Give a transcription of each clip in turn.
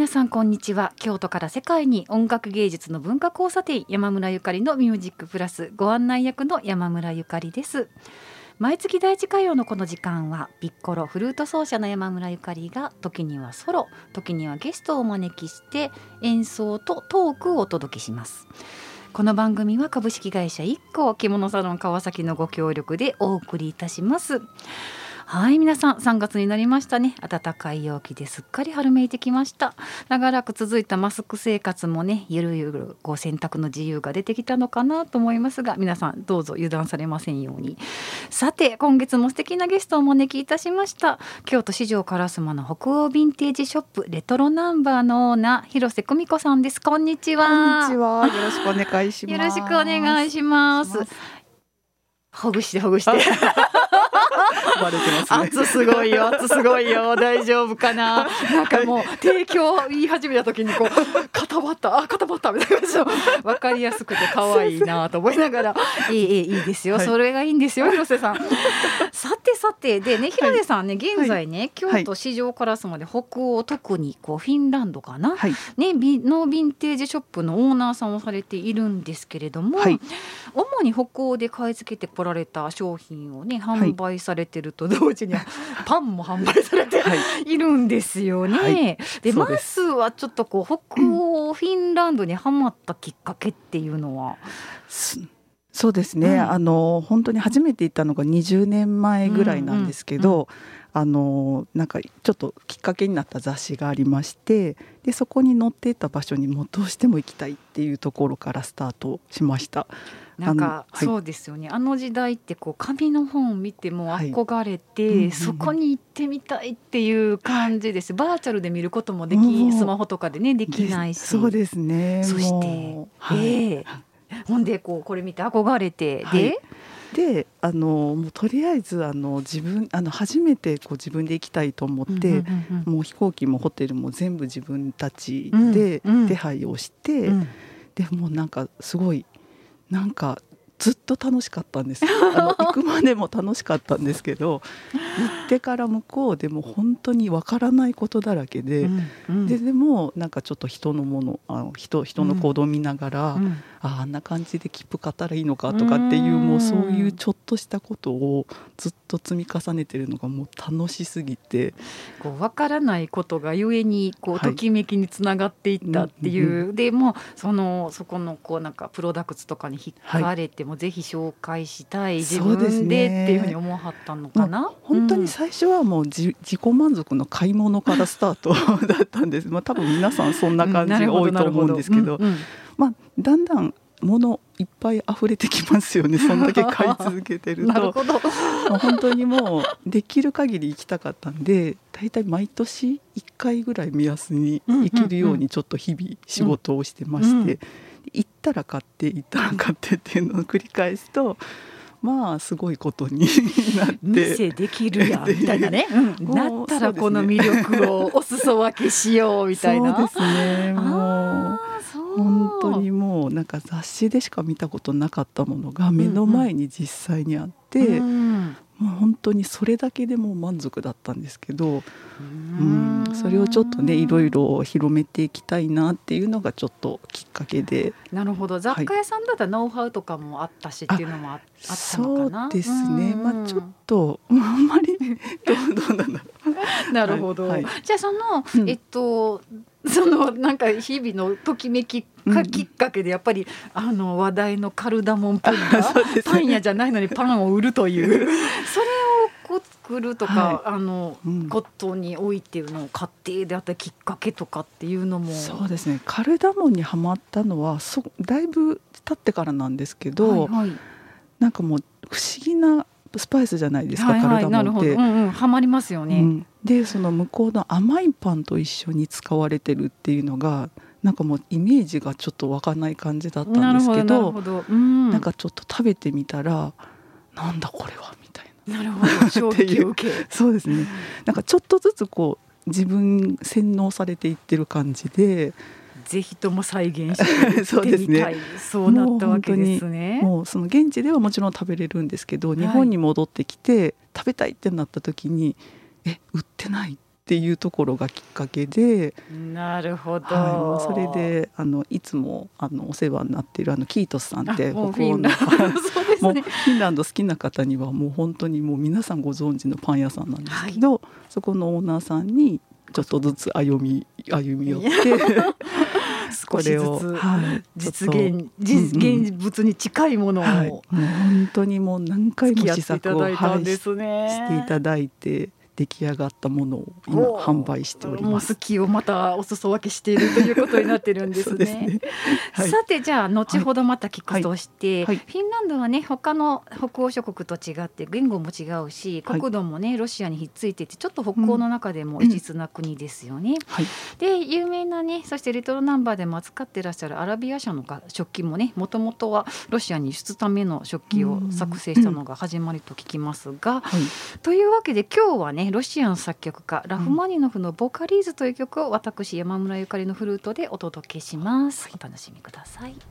皆さんこんにちは。京都から世界に音楽芸術の文化交差点、山村ゆかりのミュージックプラスご案内役の山村ゆかりです。毎月第一火曜のこの時間はピッコロフルート奏者の山村ゆかりが時にはソロ、時にはゲストをお招きして演奏とトークをお届けします。この番組は株式会社IKKO着物サロン川崎のご協力でお送りいたします。はい、皆さん3月になりましたね。暖かい陽気ですっかり春めいてきました。長らく続いたマスク生活もね、ゆるゆる選択の自由が出てきたのかなと思いますが、皆さんどうぞ油断されませんように。さて、今月も素敵なゲストをお招きいたしました。京都四条烏丸の北欧ヴィンテージショップレトロナンバーのオーナー広瀬久美子さんです。こんにちは。 こんにちは。よろしくお願いします。 よろしくお願いします。ほぐしてほぐしてバレてますね。 圧すごいよ、圧すごいよ。大丈夫かな。なんかもう提供言い始めた時にこう固まったみたいな感じの分かりやすくて可愛いなと思いながらいいですよ、はい、それがいいんですよ広瀬さん。さてでね、広瀬さんね、現在ね、京都四条烏丸で北欧、特にこうフィンランドかな、はい、ね、のヴィンテージショップのオーナーさんをされているんですけれども、はい、主に北欧で買い付けてこられた商品をね販売されてると同時にパンも販売されているんですよね、はい、でまずはちょっとこう北欧フィンランドにハマったきっかけっていうのは。 そうですね、本当に初めて行ったのが20年前ぐらいなんですけど、なんかちょっときっかけになった雑誌がありまして、でそこに載っていた場所にもうどうしても行きたいっていうところからスタートしました。 なんかそうですよね、あの時代ってこう紙の本を見ても憧れて、そこに行ってみたいっていう感じです。バーチャルで見ることもでき、スマホとかでねできないし。 そうですね。 そしてほんでこれ見て憧れて、 でもうとりあえず自分初めて自分で行きたいと思って、もう飛行機もホテルも全部自分たちで手配をして、でもうなんかすごいなんかずっと楽しかったんです。行くまでも楽しかったんですけど、行ってから向こうでも本当にわからないことだらけで、でもなんかちょっと人の行動を見ながら、あんな感じで切符買ったらいいのかとかっていう、もうそういうちょっとしたことをずっと積み重ねてるのがもう楽しすぎて、 わからないことがゆえにときめきにつながっていったっていう、でもそこのなんかプロダクツとかに引っかかれて、もうぜひ紹介したい、自分でっていうふうに思わはったのかな。 本当に最初はもう自己満足の買い物からスタートだったんです。多分皆さんそんな感じが多いと思うんですけど、だんだん物いっぱい溢れてきますよね。そんだけ買い続けてると。 なるほど。 本当にもうできる限り行きたかったんで、だいたい毎年1回ぐらい目安に行けるようにちょっと日々仕事をしてまして、行ったら買って行ったら買ってっていうのを繰り返すと、まあすごいことになって、 店できるやんみたいなね、なったらこの魅力をお裾分けしようみたいな。 そうですね。もう本当にもうなんか雑誌でしか見たことなかったものが目の前に実際にあって、もう本当にそれだけでもう満足だったんですけど、それをちょっとねいろいろ広めていきたいなっていうのがちょっときっかけで。 なるほど。雑貨屋さんだったらノウハウとかもあったしっていうのもあったのかな。 そうですね。ちょっとあんまりどうなんだろう。 なるほど。じゃあそのなんか日々のときめきがきっかけでやっぱり話題のカルダモンプリンがパン屋じゃないのにパンを売るというそれを作るとか、ことにおいての過程であったりきっかけとかっていうのも。 そうですね。カルダモンにハマったのはだいぶ経ってからなんですけど、なんかもう不思議なスパイスじゃないですか、カルダモンって。 ハマりますよね。 でその向こうの甘いパンと一緒に使われてるっていうのがなんかもうイメージがちょっと湧かない感じだったんですけど、なんかちょっと食べてみたらなんだこれはみたいな。 なるほど。衝撃を受け。 そうですね。なんかちょっとずつ自分洗脳されていってる感じで、 ぜひとも再現してみたい。そうなったわけですね。 もうその現地ではもちろん食べれるんですけど、日本に戻ってきて食べたいってなった時に売ってないっっていうところがきっかけで、 なるほど、 はい、それでいつもお世話になっているキートスさんって北欧のもうフィンランド好きな方にはもう本当にもう皆さんご存知のパン屋さんなんですけど、はい、そこのオーナーさんにちょっとずつ歩み寄って少しずつ、はい、実現物に近いものを、 はい、もう本当にもう何回も試作を、 はい、 していただいて出来上がったものを今販売しております。 もう好きをまたお裾分けしているということになってるんですね。 ね、はい、 さてじゃあ後ほどまた聞くとして、 はいはい、 フィンランドはね他の北欧諸国と違って言語も違うし国土もねロシアにひっついててちょっと北欧の中でも異質な国ですよね。 はい、 で有名なねそしてレトロナンバーでも扱ってらっしゃるアラビア社の食器もねもともとはロシアに輸出ための食器を作成したのが始まりと聞きますが、というわけで今日はねロシアの作曲家ラフマニノフのボカリーズという曲を私山村ゆかりのフルートでお届けします。お楽しみください。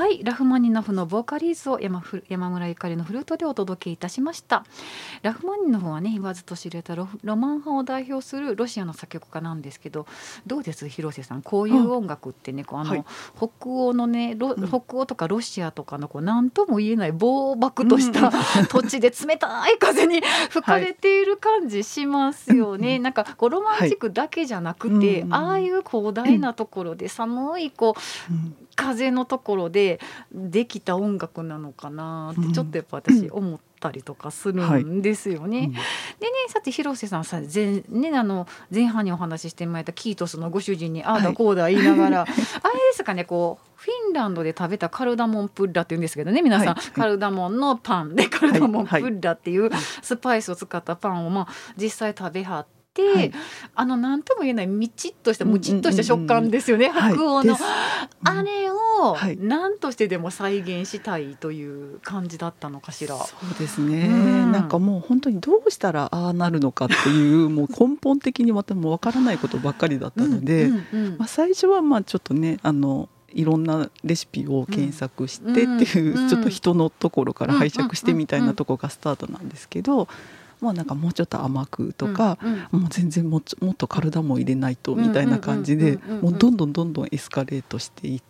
はい、ラフマニノフのボーカリーズを山村ゆかりのフルートでお届けいたしました。ラフマニノフはね、言わずと知れたロマン派を代表するロシアの作曲家なんですけど、どうです広瀬さん、こういう音楽ってね、はい、北欧のね、北欧とかロシアとかの何とも言えない暴漠とした土地で冷たい風に吹かれている感じしますよね、はい、なんかロマンチックだけじゃなくて、はい、ああいう広大なところで寒い風のところでできた音楽なのかなってちょっとやっぱ私思ったりとかするんですよね、はい、でね、さて広瀬さん前半にお話ししてもらったキートスのご主人にああだこうだ言いながら、はい、あれですかね、フィンランドで食べたカルダモンプッラって言うんですけどね、皆さん、はい、カルダモンのパンでカルダモンプッラっていうスパイスを使ったパンを実際食べはって、はい、なんとも言えないムチッとした食感ですよね、北欧の、あれを何としてでも再現したいという感じだったのかしら。 そうですね、なんかもう本当にどうしたらああなるのかっていうもう根本的に私も分からないことばっかりだったので、最初はちょっとねいろんなレシピを検索してっていう、ちょっと人のところから拝借してみたいなところがスタートなんですけど、なんかもうちょっと甘くとか、もう全然もっと体も入れないとみたいな感じで、もうどんどんエスカレートしていって、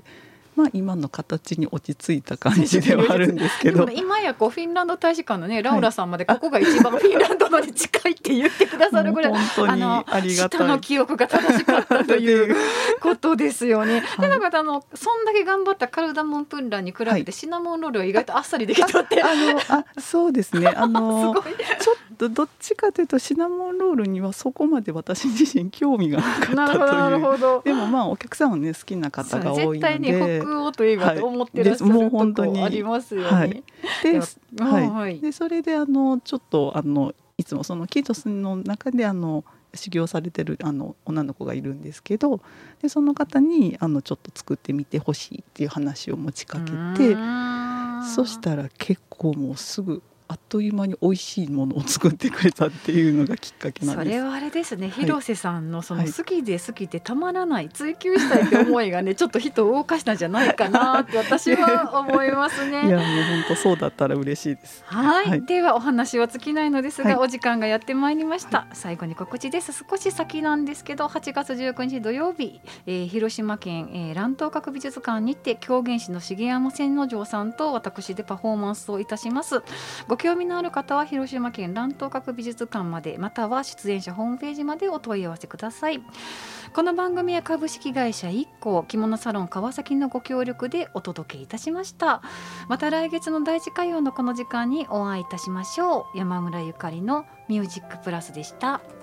今の形に落ち着いた感じではあるんですけど今やフィンランド大使館のねラウラさんまでここが一番フィンランドのに近いって言ってくださるぐらい本当にありがたい、 下の記憶が正しかったということですよね。でなんかそんだけ頑張ったカルダモンプッラに比べてシナモンロールは意外とあっさりできたって、 そうですね、 すごいちょっとどっちかというとシナモンロールにはそこまで私自身興味がなかったという。 なるほど。 でもお客さんはね好きな方が多いので、 絶対に北欧といえばと思ってらっしゃるとこありますよね。 でそれでちょっといつもそのキートスの中で修行されてる女の子がいるんですけど、でその方にちょっと作ってみてほしいっていう話を持ちかけて、そしたら結構もうすぐあっという間に美味しいものを作ってくれたっていうのがきっかけなんです。 それはあれですね、広瀬さんのその好きでたまらない、追求したいって思いがねちょっと人を動かしたんじゃないかなって私は思いますね。 いやもう本当そうだったら嬉しいです。 はい、ではお話は尽きないのですが、お時間がやってまいりました。最後に告知です。少し先なんですけど8月19日土曜日、広島県、蘭東閣美術館にて狂言師の重山千之丞さんと私でパフォーマンスをいたします。ご興味のある方は広島県蘭東閣美術館まで、または出演者ホームページまでお問い合わせください。この番組は株式会社IKKO着物サロン川崎のご協力でお届けいたしました。また来月の大事火曜のこの時間にお会いいたしましょう。山村ゆかりのミュージックプラスでした。